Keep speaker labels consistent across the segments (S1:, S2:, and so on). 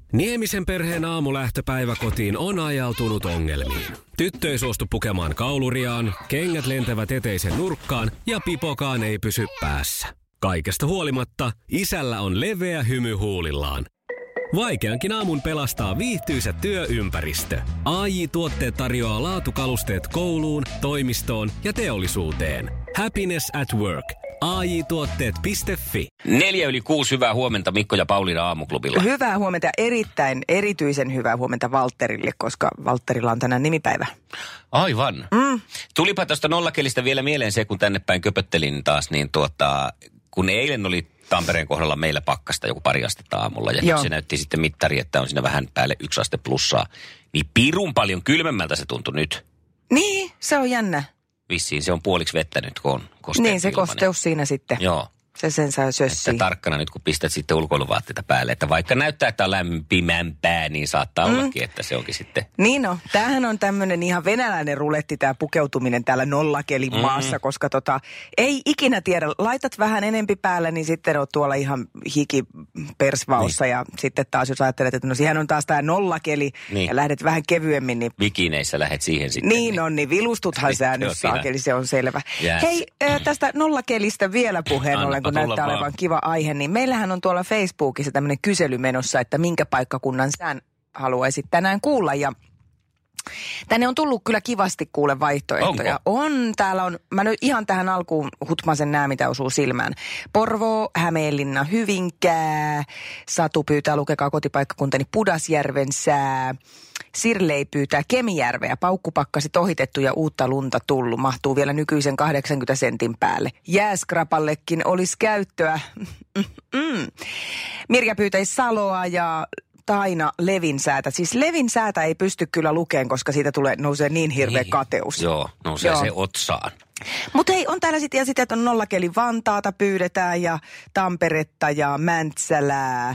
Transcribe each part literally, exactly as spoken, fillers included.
S1: Niemisen perheen aamulähtöpäivä kotiin on ajautunut ongelmiin. Tyttö ei suostu pukemaan kauluriaan, kengät lentävät eteisen nurkkaan ja pipokaan ei pysy päässä. Kaikesta huolimatta, isällä on leveä hymy huulillaan. Vaikeankin aamun pelastaa viihtyisä työympäristö. A J-tuotteet tarjoaa laatukalusteet kouluun, toimistoon ja teollisuuteen. Happiness at work. A J tuotteet piste fi.
S2: Neljä yli kuusi, hyvää huomenta Mikko ja Pauliina aamuklubilla.
S3: Hyvää huomenta, erittäin erityisen hyvää huomenta Valtterille, koska Valtterilla on tänään nimipäivä.
S2: Aivan.
S3: Mm.
S2: Tulipa tuosta nollakelistä vielä mieleen se, kun tänne päin köpöttelin taas, niin tuota, kun eilen oli Tampereen kohdalla meillä pakkasta joku pari astetta aamulla, ja nyt se näytti sitten mittari, että on siinä vähän päälle yksi aste plussaa, niin pirun paljon kylmemmältä se tuntui nyt.
S3: Niin, se on jännä.
S2: Vissiin se on puoliksi vettä nyt, kun on kosteus.
S3: Niin, se kosteus siinä sitten.
S2: Joo.
S3: Se sen saa sössiä.
S2: Että tarkkana nyt, kun pistät sitten ulkoiluvaatteita päälle, että vaikka näyttää, että on lämpimämpää, niin saattaa mm. ollakin, että se onkin sitten.
S3: Niin no, tämähän on tämmöinen ihan venäläinen ruletti tämä pukeutuminen täällä nollakelin mm. maassa, koska tota, ei ikinä tiedä, laitat vähän enempi päälle, niin sitten on tuolla ihan hiki persvaussa niin. Ja sitten taas jos ajattelet, että no siihen on taas tämä nollakeli niin. Ja lähdet vähän kevyemmin, niin
S2: vikineissä lähdet siihen sitten.
S3: Niin, niin. on, niin vilustuthan sä nyt saakeli, se on selvä. Yes. Hei, äh, tästä nollakelistä vielä puheen ollen, kun näyttää vaan olevan kiva aihe, niin meillähän on tuolla Facebookissa tämmöinen kysely menossa, että minkä paikkakunnan sään haluaisit tänään kuulla. Ja tänne on tullut kyllä kivasti kuule vaihtoehtoja. Onko? On, täällä on, mä nyt ihan tähän alkuun hutmasen nää, mitä osuu silmään. Porvoo, Hämeenlinna, Hyvinkää, Satu pyytää, lukekaa kotipaikkakuntani, Pudasjärven sää. Sirlei pyytää Kemijärveä, paukkupakkasit ohitettu ja uutta lunta tullut. Mahtuu vielä nykyisen kahdeksankymmentä sentin päälle. Jääskrapallekin olisi käyttöä. Mm-mm. Mirja pyytäisi Saloa ja Taina Levinsäätä. Siis Levinsäätä ei pysty kyllä lukeen, koska siitä tulee, nousee niin hirveä niin. kateus.
S2: Joo, nousee Joo. se otsaan.
S3: Mutta hei, on täällä sitten, ja sitten, että on nollakeli Vantaata pyydetään ja Tamperetta ja Mäntsälää.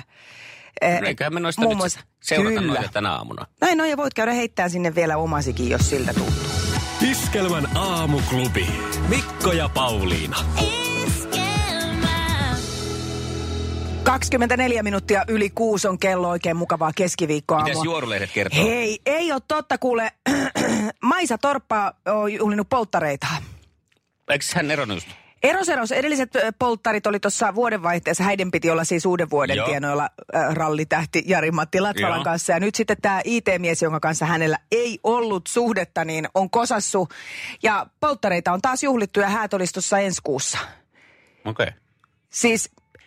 S2: No eiköhän me noista nyt muassa, seurata noita tänä aamuna.
S3: Näin no, ja voit käydä heittää sinne vielä omasikin, jos siltä tuntuu.
S1: Iskelmän aamuklubi. Mikko ja Pauliina.
S3: Iskelmä. kaksikymmentäneljä minuuttia yli kuusi on kello, oikein mukavaa keskiviikkoaamua.
S2: Mites juorulehdet kertoo?
S3: Hei, ei ole totta kuule. Maisa Torppa on juhlinut polttareita.
S2: Eikö hän eronnut just?
S3: Eros, eros. Edelliset polttarit oli tuossa vuodenvaihteessa. Häiden piti olla siis uuden vuoden Joo. tienoilla äh, rallitähti Jari-Matti Latvalan Joo. kanssa. Ja nyt sitten tämä I T-mies, jonka kanssa hänellä ei ollut suhdetta, niin on kosassu. Ja polttareita on taas juhlittu ja häät olisi tuossa ensi kuussa.
S2: Okei. Okay.
S3: Siis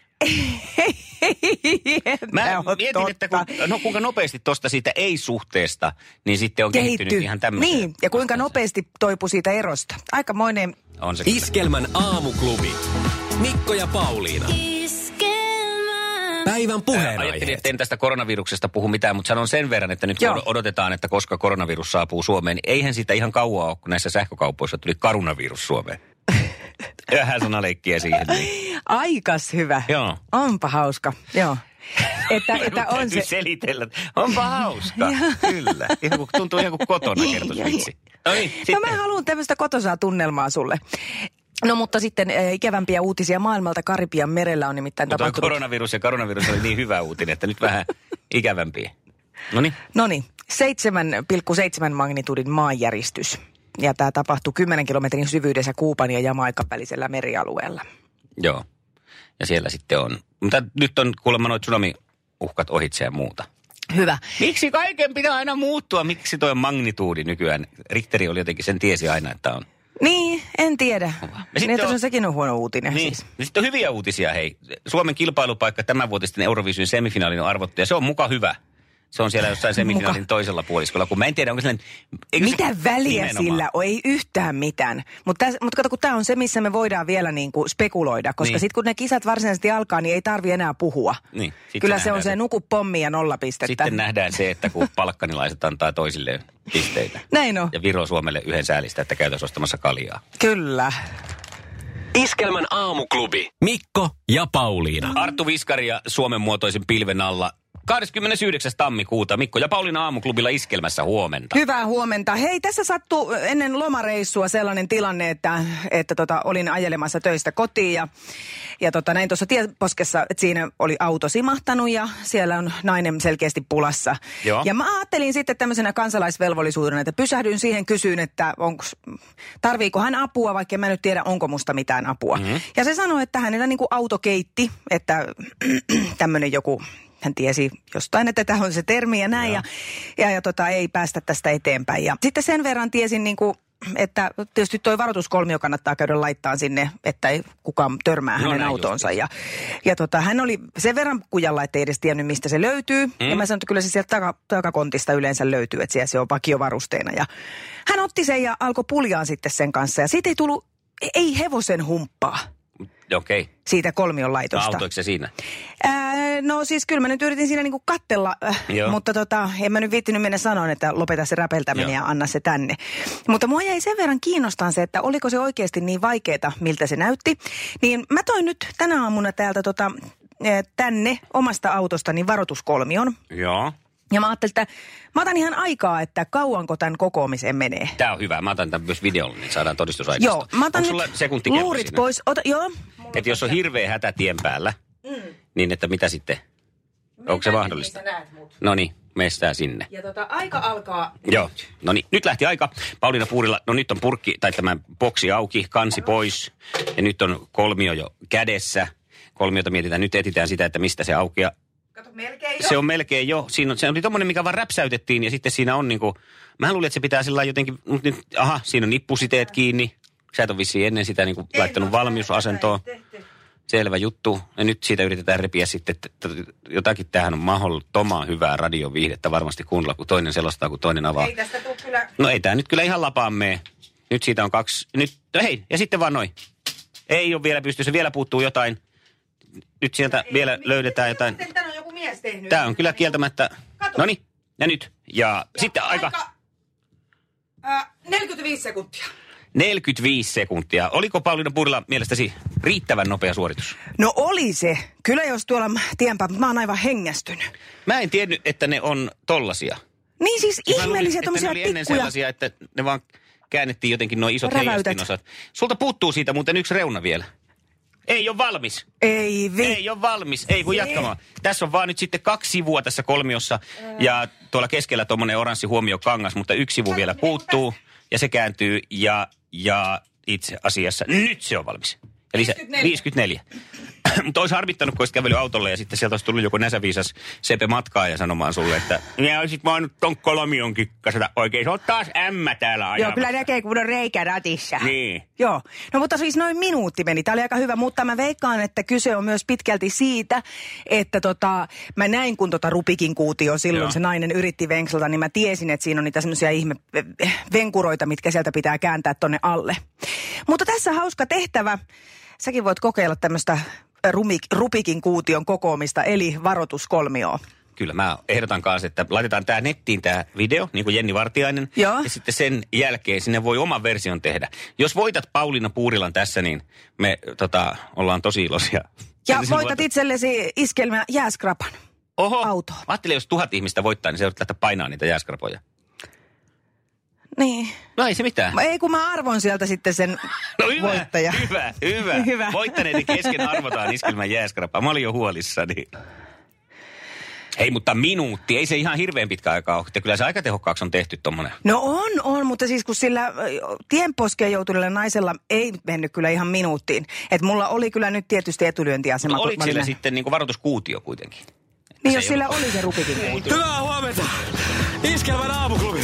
S2: Mä mietin, totta. että kun, no, kuinka nopeasti tuosta siitä ei-suhteesta, niin sitten on Kehitty. kehittynyt ihan tämmöiseen.
S3: Niin, ja kuinka nopeasti toipui siitä erosta. Aikamoinen.
S2: On se
S1: Iskelmän aamuklubi. Mikko ja Pauliina.
S3: Iskelmä.
S1: Päivän puheenaiheet.
S2: Ajattelin, että en tästä koronaviruksesta puhu mitään, mutta sanon sen verran, että nyt kun Joo. odotetaan, että koska koronavirus saapuu Suomeen, niin eihän siitä ihan kauaa ole, kun näissä sähkökaupoissa tuli karunavirus Suomeen. Vähän sanaleikkiä siihen. Niin.
S3: Aikas hyvä.
S2: Joo.
S3: Onpa hauska. Joo. Että, että on se
S2: selitellä. Onpa hauska. Kyllä. Ihan kuin, tuntuu ihan kuin kotona kertoisi vitsi. No niin,
S3: no mä haluan tämmöistä kotosaa tunnelmaa sulle. No mutta sitten äh, ikävämpiä uutisia maailmalta Karibian merellä on nimittäin
S2: mutta
S3: tapahtunut.
S2: Koronavirus ja koronavirus oli niin hyvä uutinen, että nyt vähän ikävämpiä. Noniin.
S3: Noniin. seitsemän pilkku seitsemän magnitudin maanjäristys. Ja tämä tapahtui kymmenen kilometrin syvyydessä Kuuban ja Jamaikan välisellä merialueella.
S2: Joo. Ja siellä sitten on. Mutta nyt on kuulemma noita tsunami-uhkat ohitse ja muuta.
S3: Hyvä.
S2: Miksi kaiken pitää aina muuttua? Miksi toi magnituudi nykyään? Richteri oli jotenkin, sen tiesi aina, että on.
S3: Niin, en tiedä. Niin, että on, sekin on huono uutinen
S2: niin.
S3: siis.
S2: Ja sitten on hyviä uutisia, hei. Suomen kilpailupaikka tämänvuotisten Euroviisun semifinaalin on arvottu ja se on muka hyvä. Se on siellä jossain semifinaalin Muka. toisella puoliskolla, kun mä en tiedä, onko sellainen.
S3: Mitä
S2: se,
S3: väliä
S2: nimenomaan.
S3: sillä on? Ei yhtään mitään. Mutta mut kato, kun tämä on se, missä me voidaan vielä niinku spekuloida, koska niin. sitten kun ne kisat varsinaisesti alkaa, niin ei tarvi enää puhua. Niin. Kyllä se on se nuku pommi ja nolla pistettä.
S2: Sitten nähdään se, että kun balkanilaiset antaa toisilleen pisteitä.
S3: Näin on.
S2: Ja Viro Suomelle yhden säälistä, että käytäisiin ostamassa kaljaa.
S3: Kyllä.
S1: Iskelmän aamuklubi. Mikko ja Pauliina.
S2: Arttu Viskari ja Suomen muotoisen pilven alla kahdeskymmenesyhdeksäs tammikuuta Mikko ja Pauliina aamuklubilla Iskelmässä huomenta.
S3: Hyvää huomenta. Hei, tässä sattui ennen lomareissua sellainen tilanne, että, että tota, olin ajelemassa töistä kotiin ja, ja tota, näin tuossa tieposkessa, että siinä oli auto simahtanut ja siellä on nainen selkeästi pulassa.
S2: Joo.
S3: Ja mä ajattelin sitten tämmöisenä kansalaisvelvollisuudena, että pysähdyin siihen, kysyin, että onko, tarviiko hän apua, vaikka mä en nyt tiedä, onko musta mitään apua. Mm-hmm. Ja se sanoi, että hänellä niin kuin auto keitti, että tämmöinen joku... Hän tiesi jostain, että tämä on se termi ja näin, ja, ja, ja tota, ei päästä tästä eteenpäin. Ja sitten sen verran tiesin, niin kuin, että tietysti tuo varoituskolmio kannattaa käydä laittaa sinne, että ei kukaan törmää no, hänen autonsa. Ja, ja tota, hän oli sen verran kujalla, että ei edes tiennyt, mistä se löytyy. Mm. Ja mä sanoin, että kyllä se sieltä taka, takakontista yleensä löytyy, että siellä se on vakiovarusteena. Ja hän otti sen ja alkoi puljaa sitten sen kanssa, ja siitä ei tullut, ei hevosen humppaa.
S2: Okei. Okay.
S3: Siitä kolmion laitosta.
S2: Autoiko se siinä?
S3: Ää, no siis kyllä mä nyt yritin siinä niinku kattella, äh, mutta tota, en mä nyt viittinyt mennä sanoa, että lopeta se räpeltäminen ja anna se tänne. Mutta mua jäi sen verran kiinnostaan se, että oliko se oikeasti niin vaikeeta, miltä se näytti. Niin mä toin nyt tänä aamuna täältä tota, tänne omasta autostani varoituskolmion.
S2: Joo.
S3: Ja mä ajattelin, että mä otan ihan aikaa, että kauanko tämän kokoamiseen menee.
S2: Tää on hyvä. Mä otan tämän myös videolle, niin saadaan todistusaikasta.
S3: Joo, mä otan
S2: Onko
S3: nyt luurit siinä pois. Ota, joo.
S2: Että jos on hirveä hätä tien päällä, mm. niin että mitä sitten? Mennään, onko se mahdollista? No niin, mestää sinne.
S3: Ja tota, aika alkaa.
S2: Joo, no niin, nyt lähti aika. Pauliina Puurila, no nyt on purkki, tai tämä boksi auki, kansi pois. Ja nyt on kolmio jo kädessä. Kolmiota mietitään, nyt etsitään sitä, että mistä se aukeaa.
S3: Kato, melkein jo.
S2: Se on melkein jo. Siinä on, se oli tommonen, mikä vaan räpsäytettiin ja sitten siinä on niinku, mä luulin, että se pitää sillä jotenkin, mutta nyt, aha, siinä on nippusiteet kiinni. Sä et ole vissiin ennen sitä niinku laittanut valmiusasentoon. Selvä juttu. Ja nyt siitä yritetään repiä sitten, että jotakin tähän on mahdottoman hyvää radioviihdettä varmasti kuunnella, kun toinen selostaa, kun toinen avaa.
S3: Ei tästä tule kyllä.
S2: No ei tää nyt kyllä ihan lapaan mene. Nyt siitä on kaksi, nyt, no hei, ja sitten vaan noin. Ei ole vielä pystyssä, vielä puuttuu jotain. Nyt sieltä ei, vielä mi- löydetään jotain.
S3: Miten tän on joku mies tehnyt?
S2: Tää on kyllä kieltämättä. Noniin, ja nyt. Ja, ja sitten aika... aika
S3: äh, neljäkymmentäviisi sekuntia.
S2: neljäkymmentäviisi sekuntia. Oliko Pauliina Puurila mielestäsi riittävän nopea suoritus?
S3: No oli se. Kyllä jos tuolla tienpä, mä oon aivan hengästynyt.
S2: Mä en tiennyt, että ne on tollasia.
S3: Niin siis
S2: ja
S3: ihmeellisiä tommosia
S2: tikkuja. Mä luulin, että ne oli ennen sellaisia, että ne vaan käännettiin jotenkin nuo isot
S3: Räväytät.
S2: heijastinosat. Sulta puuttuu siitä muuten yksi reuna vielä. Ei ole valmis.
S3: Ei vi...
S2: Ei ole valmis. Ei kun jatkamaan. Tässä on vaan nyt sitten kaksi sivua tässä kolmiossa. Ja tuolla keskellä tuommoinen oranssi huomiokangas, mutta yksi sivu vielä puuttuu. Ja se kääntyy ja, ja itse asiassa nyt se on valmis. Eli se viisikymmentäneljä. Mutta olisi harmittanut, kun olisit kävellyt autolle ja sitten sieltä olisi tullut joku näsäviisas Sepe matkaaja sanomaan sulle, että minä olisit voinut ton kolmion kikkasata oikein. Se on taas ämmä täällä ajamassa.
S3: Joo, kyllä näkee, kun on reikä ratissa.
S2: Niin.
S3: Joo. No mutta siis noin minuutti meni. Tämä oli aika hyvä, mutta mä veikkaan, että kyse on myös pitkälti siitä, että tota, mä näin, kun tota Rupikin kuutio silloin Joo. se nainen yritti venkslata, niin mä tiesin, että siinä on niitä semmoisia ihme venkuroita, mitkä sieltä pitää kääntää tonne alle. Mutta tässä hauska tehtävä. Säkin voit kokeilla tämmöistä Rupikin kuution kokoamista, eli varoituskolmioa.
S2: Kyllä, mä ehdotan kanssa, että laitetaan tää nettiin tää video, niin kuin Jenni Vartiainen.
S3: Joo.
S2: Ja sitten sen jälkeen sinne voi oman version tehdä. Jos voitat Pauliina Puurilan tässä, niin me tota, ollaan tosi iloisia.
S3: Ja voitat voitat itsellesi iskelmä jääskrapan.
S2: Oho,
S3: autoon.
S2: Ajattelin, jos tuhat ihmistä voittaa, niin se voit lähteä painaa niitä jääskrapoja.
S3: Niin.
S2: No ei se mitään.
S3: Ei kun mä arvon sieltä sitten sen
S2: no hyvä,
S3: voittaja.
S2: hyvä, hyvä. hyvä. Voittaneiden kesken arvotaan iskelmän jääskrapaa. Mä olin jo huolissani. Ei, mutta minuutti. Ei se ihan hirveän pitkä aikaa ole. Kyllä se aika tehokkaaksi on tehty tommonen.
S3: No on, on, mutta siis kun sillä tienposkeen joutuneella naisella ei mennyt kyllä ihan minuuttiin. Että mulla oli kyllä nyt tietysti etulyöntiasema.
S2: Mutta oliko sillä sitten niin kuin varoituskuutio kuitenkin?
S3: Niin jos sillä oli se Rupikin kuutio.
S1: Hyvää huomenta. Iskelmän aamuklubi.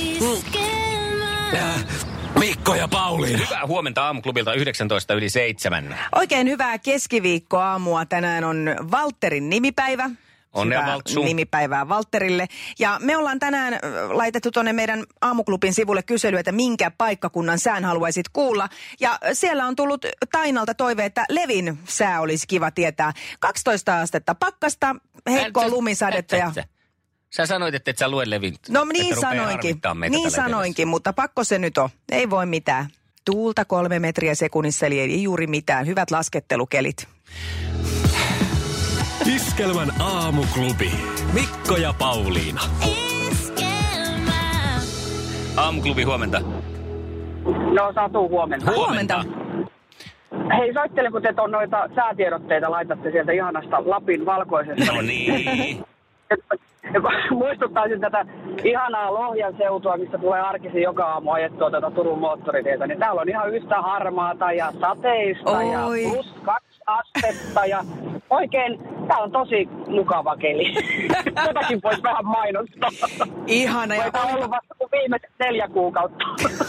S1: Mikko ja Pauliina.
S2: Hyvää huomenta aamuklubilta yhdeksäntoista yli seitsemän.
S3: Oikein hyvää keskiviikkoaamua. Tänään on Valtterin nimipäivä.
S2: Onnea Valtsu.
S3: Nimipäivää Valtterille. Ja me ollaan tänään laitettu tuonne meidän aamuklubin sivulle kysely, että minkä paikkakunnan sään haluaisit kuulla. Ja siellä on tullut Tainalta toive, että Levin sää olisi kiva tietää. kaksitoista astetta pakkasta, heikkoa lumisadetta ja...
S2: Sä sanoit, että et sä lue Levin.
S3: No niin sanoinkin, niin sanoinkin, mutta pakko se nyt on. Ei voi mitään. Tuulta kolme metriä sekunnissa, eli ei juuri mitään. Hyvät laskettelukelit.
S1: Iskelmän aamuklubi. Mikko ja Pauliina.
S4: Iskelmä.
S2: Aamuklubi, huomenta.
S5: No, Satu, huomenta.
S2: Huomenta.
S5: Hei, soittele, kun te on noita säätiedotteita laitatte sieltä ihanasta Lapin valkoisesta.
S2: No niin.
S5: Muistuttaisin tätä ihanaa Lohjan seutua, missä tulee arkisin joka aamu ajettua tätä Turun moottoritietä. Niin täällä on ihan yhtä harmaata ja sateista Oi. ja plus kaksi astetta ja oikein, tää on tosi mukava keli. Tätäkin voisi vähän mainostaa.
S3: Ihana. Ja
S5: on ollut vasta kuin viimeiset neljä kuukautta.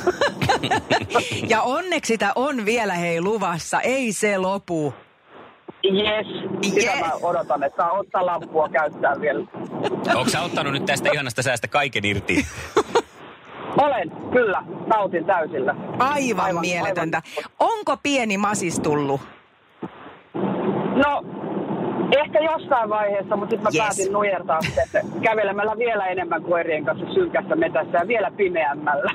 S3: Ja onneksi sitä on vielä hei luvassa, ei se lopu.
S5: Jes, sitä yes. Mä odotan, että saa ottaa lampua käyttää vielä.
S2: Onko sä ottanut nyt tästä ihanasta säästä kaiken irti?
S5: Olen, kyllä. Nautin täysillä.
S3: Aivan, aivan mieletöntä. Aivan. Onko pieni masis tullut?
S5: No, ehkä jossain vaiheessa, mutta sitten mä yes. päätin nujertaa että kävelemällä vielä enemmän koirien kanssa synkässä metässä ja vielä pimeämmällä.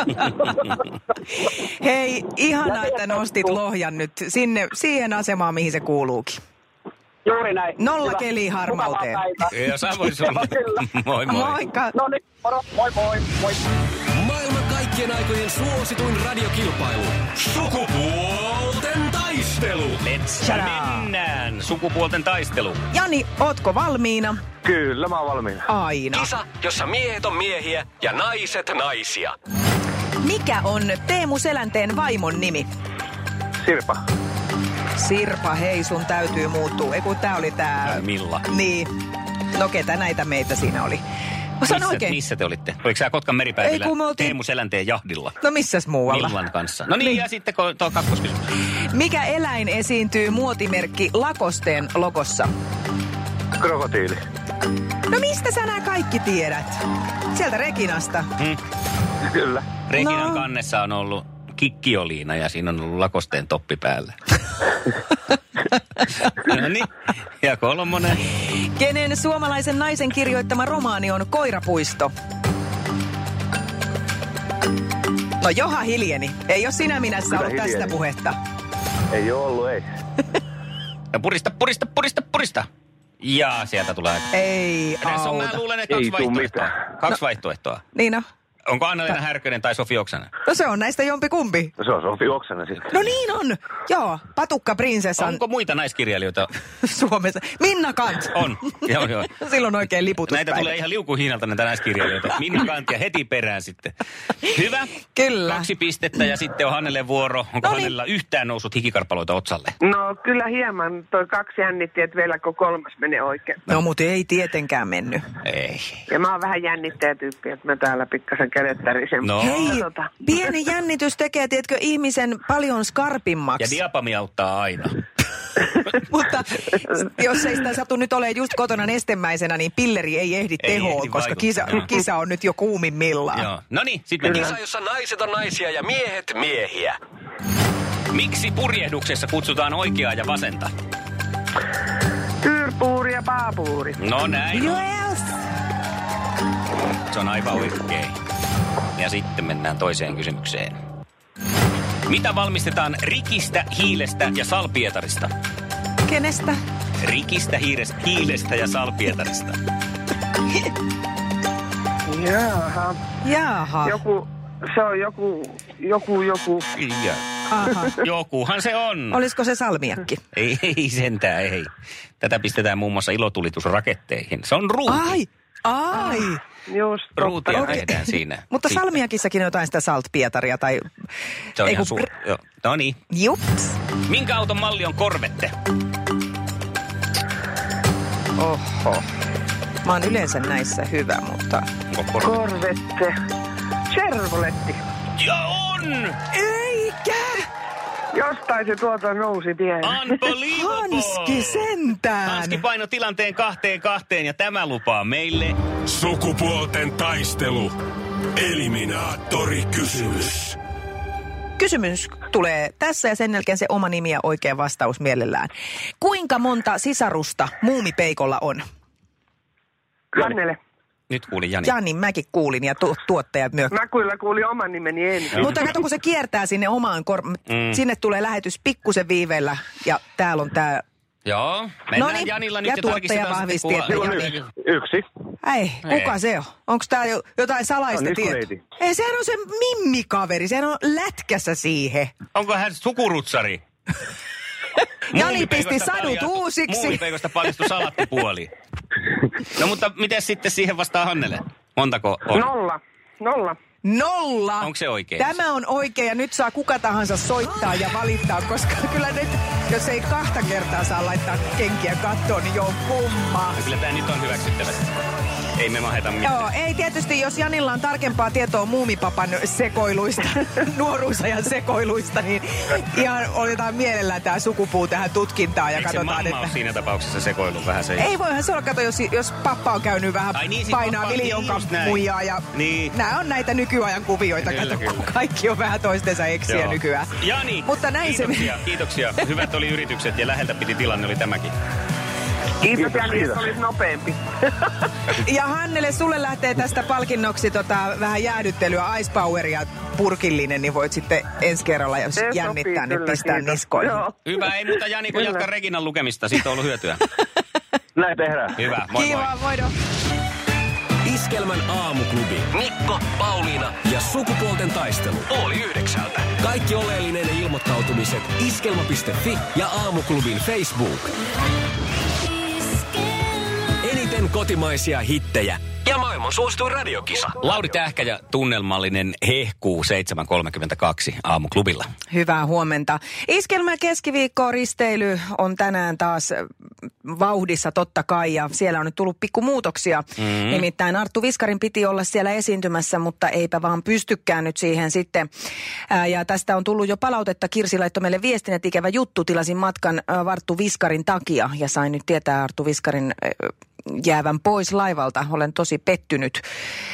S3: Hei, ihanaa, että nostit Lohjan nyt sinne, siihen asemaan, mihin se kuuluukin.
S5: Juuri näin.
S3: Nolla keli harmauteen.
S2: Joo, sä vois olla. Moi moi.
S3: Moikka.
S5: No niin, moro. Moi moi. Moi.
S1: Maailman kaikkien aikojen suosituin radiokilpailu. Sukupuolten taistelu.
S2: Let's mennään. Sukupuolten taistelu.
S3: Jani, ootko valmiina?
S6: Kyllä, mä oon valmiina.
S3: Aina.
S1: Kisa, jossa miehet on miehiä ja naiset naisia.
S3: Mikä on Teemu Selänteen vaimon nimi?
S6: Sirpa.
S3: Sirpa, hei, sun täytyy muuttua. Eiku, tää oli tää...
S2: Milla.
S3: Niin. No ketä näitä meitä siinä oli?
S2: Missä, missä te olitte? Oliko sä Kotkan meripäivillä oltiin... Teemu Selänteen jahdilla?
S3: No missäs muualla?
S2: Millan kanssa. No niin, niin. Ja sitten tuo kakkoskysymys.
S3: Mikä eläin esiintyy muotimerkki Lacosteen logossa?
S6: Krokotiili.
S3: No mistä sä nää kaikki tiedät? Sieltä Reginasta. Hmm.
S6: Kyllä.
S2: Reginan
S3: no.
S2: kannessa on ollut kikkioliina ja siinä on ollut Lacosteen toppi päällä. No niin, ja kolmonen.
S3: Kenen suomalaisen naisen kirjoittama romaani on Koirapuisto? No Joha hiljeni. Ei ole sinä minässä Kyllä ollut hiljeni. Tästä puhetta.
S6: Ei ole ollut, ei.
S2: Ja purista, purista, purista, purista. Ja sieltä tulee aika.
S3: Ei
S2: Tässä on, mä luulen, että kaksi vaihtoehtoa. Kaksi no, vaihtoehtoa.
S3: Niin on.
S2: Onko Anna-Leena Härkönen tai Sofi Oksanen?
S3: No se on näistä jompikumpi.
S6: No se on Sofi Oksanen sitten.
S3: No niin on. Joo, Patukka prinsessan.
S2: Onko muita naiskirjailijoita?
S3: Suomessa. Minna Kant.
S2: On. Joo, joo.
S3: Silloin oikein liputut.
S2: Näitä tulee ihan liukuhiinalta näitä naiskirjailijoita. Minna Kant ja heti perään sitten. Hyvä.
S3: Kyllä.
S2: Kaksi pistettä ja sitten on Hannelle vuoro. Onko
S3: Noniin.
S2: Hannella yhtään noussut hikikarpaloita otsalle?
S7: No kyllä hieman. Toi kaksi jännitti, että vieläkö kolmas menee oikein.
S3: No mutta ei tietenkään mennyt.
S2: Ei.
S7: Ja mä oon vähän jännittäjätyyppi, että mä täällä pikkasen kädet tärisen.
S2: No.
S3: Hei, tota. Pieni jännitys tekee, tiedätkö, ihmisen paljon skarpimmaksi.
S2: Ja diapami auttaa aina.
S3: Mutta jos ei sitä satu nyt ole just kotona nestemäisenä, niin pilleri ei ehdi
S2: Ei
S3: tehoon,
S2: ehdi
S3: koska kisa, kisa on nyt jo kuumimmillaan.
S2: Joo. No niin, sitten
S1: Kisa, jossa naiset on naisia ja miehet miehiä.
S2: Miksi purjehduksessa kutsutaan oikeaa ja vasenta?
S7: Tyrpuuri ja paapuuri.
S2: No näin.
S3: Yes.
S2: Se on aivan oikein. Ja sitten mennään toiseen kysymykseen. Mitä valmistetaan rikistä, hiilestä ja salpietarista?
S3: Kenestä?
S2: Rikistä, hiilestä, hiilestä ja salpietarista.
S7: Jaha.
S3: Jaha.
S7: Joku, se on joku, joku, joku.
S2: Ja.
S3: Aha.
S2: Jokuhan se on.
S3: Olisiko se salmiakki?
S2: Ei, ei sentään, ei. Tätä pistetään muun muassa ilotulitusraketteihin. Se on ruuti.
S3: Ai, ai.
S7: Just
S2: Ruutia
S3: Okei.
S2: tehdään siinä.
S3: Mutta
S2: Siitä.
S3: salmiakissakin on jotain sitä saltpietaria tai...
S2: Se on
S3: Ei,
S2: ihan
S3: kun-
S2: suur... Joo. No niin.
S3: Jups.
S2: Minkä auton malli on Corvette?
S3: Oho. Mä oon yleensä näissä hyvä, mutta...
S2: Onko Corvette?
S7: Korvette. Chevroletti.
S2: Ja on!
S3: Eikä!
S7: Jostain se tuota nousi tiehen.
S2: Unbelievable!
S3: Hanski sentään!
S2: Hanski paino tilanteen kahteen kahteen ja tämä lupaa meille...
S1: Sukupuolten taistelu. Eliminaattori kysymys.
S3: Kysymys tulee tässä ja sen jälkeen se oma nimi ja oikea vastaus mielellään. Kuinka monta sisarusta Muumipeikolla on?
S7: Hannele.
S2: Nyt kuulin Jani.
S3: Jani, mäkin kuulin ja tu- tuottajat myös.
S7: Mä kyllä kuulin oman nimeni ensin.
S3: Mutta kato, kun se kiertää sinne omaan kor... Mm. Sinne tulee lähetys pikkusen viiveellä ja täällä on tää
S2: Joo. Mennään Noniin. Janilla nyt ja,
S3: ja tuottaja vahvisti, että
S6: Jani. Yksi.
S3: Ei, kuka Ei. se on? Onko tää jotain salaista no, tietoa? Ei, sehän on se mimmikaveri. Sehän on lätkässä siihen.
S2: Onko hän sukurutsari?
S3: Jani pisti sadut uusiksi.
S2: Muumipeikosta paljastui salattipuoli. No mutta miten sitten siihen vastaa Hannele? Montako on?
S7: Nolla. Nolla.
S3: Nolla.
S2: Onko se oikein?
S3: Tämä on oikein ja nyt saa kuka tahansa soittaa ja valittaa, koska kyllä nyt, jos ei kahta kertaa saa laittaa kenkiä kattoon, niin joo kummaa.
S2: No kyllä tämä nyt on hyväksyttävä. Ei me maheta mitään.
S3: Joo, ei tietysti, jos Janilla on tarkempaa tietoa Muumipapan sekoiluista, nuoruusajan sekoiluista, niin ihan otetaan mielellään tämä sukupuu tähän tutkintaan ja
S2: Eikö
S3: katsotaan,
S2: se mamma
S3: että...
S2: siinä tapauksessa sekoilu vähän se...
S3: Ei voihan se olla, kato, jos, jos pappa on käynyt vähän Ai niin, painaa viljonkan niin muijaa ja niin. Nämä on näitä nykyajan kuvioita, kyllä, kato, kyllä. Kun kaikki on vähän toistensa eksiä Joo. nykyään.
S2: Jani,
S3: mutta näin
S2: kiitoksia,
S3: se...
S2: kiitoksia. Hyvät oli yritykset ja läheltä piti tilanne oli tämäkin.
S7: Kiitos, Jani, että olisi nopeampi.
S3: Ja Hannele, sulle lähtee tästä palkinnoksi tota, vähän jäähdyttelyä, Ice Poweria purkillinen, niin voit sitten ensi kerralla, jos se jännittää, niin pistää kiitos. Niskoihin. Joo.
S2: Hyvä, ei muuta Jani, kun jatka Reginan lukemista, siitä on ollut hyötyä.
S6: Näin tehdään.
S2: Hyvä, moi
S3: Kiva,
S2: moi.
S3: moido.
S1: Iskelmän aamuklubi. Mikko, Pauliina ja sukupuolten taistelu. Oli yhdeksältä. Kaikki oleellinen ilmoittautumiset iskelma piste fi ja aamuklubin Facebook. Eniten kotimaisia hittejä ja maailman suosituin radiokisa.
S2: Lauri Tähkä ja tunnelmallinen hehkuu seitsemän kolmekymmentäkaksi aamuklubilla.
S3: Hyvää huomenta. Iskelmä keskiviikko risteily on tänään taas vauhdissa totta kai ja siellä on nyt tullut pikku muutoksia. Mm-hmm. Nimittäin Arttu Viskarin piti olla siellä esiintymässä, mutta eipä vaan pystykään nyt siihen sitten. Ää, ja tästä on tullut jo palautetta. Kirsi laittoi meille viestin, että ikävä juttu. Tilasin matkan Arttu Viskarin takia ja sain nyt tietää Arttu Viskarin jäävän pois laivalta. Olen tosi pettynyt.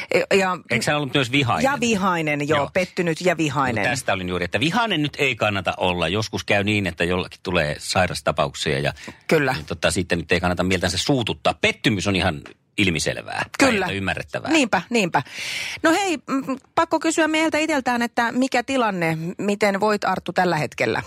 S3: Ja,
S2: eikö sä ollut myös vihainen?
S3: Ja vihainen, joo, joo. pettynyt ja vihainen.
S2: No tästä olin juuri, että vihainen nyt ei kannata olla. Joskus käy niin, että jollakin tulee sairastapauksia ja
S3: Kyllä.
S2: Niin, tota, sitten nyt ei kannata mieltänsä suututtaa. Pettymys on ihan ilmiselvää.
S3: Kyllä.
S2: Tai ymmärrettävää.
S3: Niinpä, niinpä. No hei, pakko kysyä meiltä itseltään, että mikä tilanne, miten voit Arttu tällä hetkellä?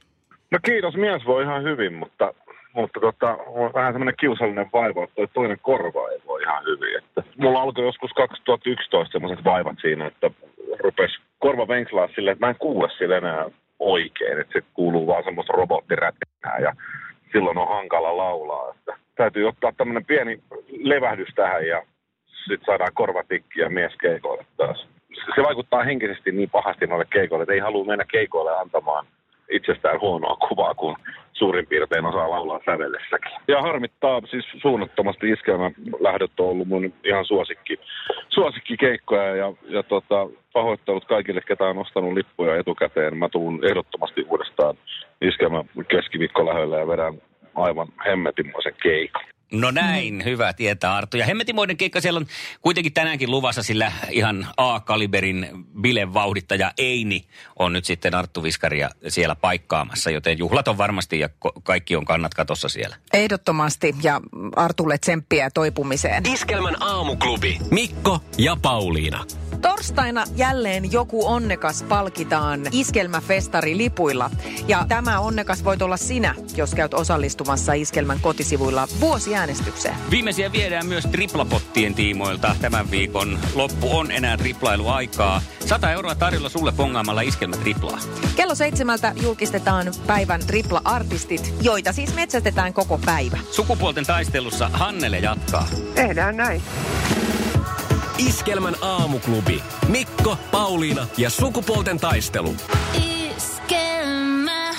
S4: No kiitos, mies voi ihan hyvin, mutta... Mutta tota, on vähän semmoinen kiusallinen vaiva, että toi toinen korva ei voi ihan hyvin. Että mulla alkoi joskus kaksituhattayksitoista semmoiset vaivat siinä, että rupesi korva venkslaa silleen, että mä en kuule sille enää oikein. Että se kuuluu vaan semmoista robottirätinää ja silloin on hankala laulaa. Että täytyy ottaa tämmöinen pieni levähdys tähän ja sitten saadaan korvatikki ja mies keikoille taas. Se vaikuttaa henkisesti niin pahasti noille keikoille, että ei halua mennä keikoille antamaan itsestään huonoa kuvaa, kun suurin piirtein osaa laulaa sävellessäkin. Ja harmittaa siis suunnattomasti iskelmä lähdöt on ollut mun ihan suosikki, suosikkikeikkoja ja, ja tota, pahoittelut kaikille, ketä on ostanut lippuja etukäteen. Mä tuun ehdottomasti uudestaan iskelmä keskiviikkolähöllä ja vedän aivan hemmetimoisen keikan.
S2: No näin, mm. hyvä tietää Arttu. Ja hemmetimoinen keikka siellä on kuitenkin tänäänkin luvassa, sillä ihan A-kaliberin bilevauhdittaja Eini on nyt sitten Arttu Viskaria siellä paikkaamassa, joten juhlat on varmasti ja ko- kaikki on kannat katossa siellä.
S3: Ehdottomasti ja Artulle tsemppiä toipumiseen.
S1: Iskelmän aamuklubi, Mikko ja Pauliina.
S3: Torstaina jälleen joku onnekas palkitaan Iskelmäfestari-lipuilla. Ja tämä onnekas voit olla sinä, jos käyt osallistumassa Iskelmän kotisivuilla vuosiäänestykseen.
S2: Viimeisiä viedään myös triplapottien tiimoilta. Tämän viikon loppu on enää triplailuaikaa. Sata euroa tarjolla sulle pongaamalla Iskelmä triplaa.
S3: Kello seitsemältä julkistetaan päivän tripla-artistit, joita siis metsästetään koko päivä.
S2: Sukupuolten taistelussa Hannele jatkaa.
S7: Tehdään näin.
S1: Iskelmän aamuklubi. Mikko, Pauliina ja sukupuolten taistelu. Iskelmä.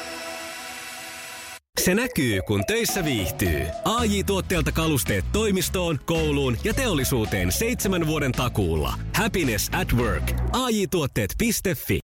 S1: Se näkyy, kun töissä viihtyy. A J-tuotteelta kalusteet toimistoon, kouluun ja teollisuuteen seitsemän vuoden takuulla. Happiness at work. A J tuotteet piste fi.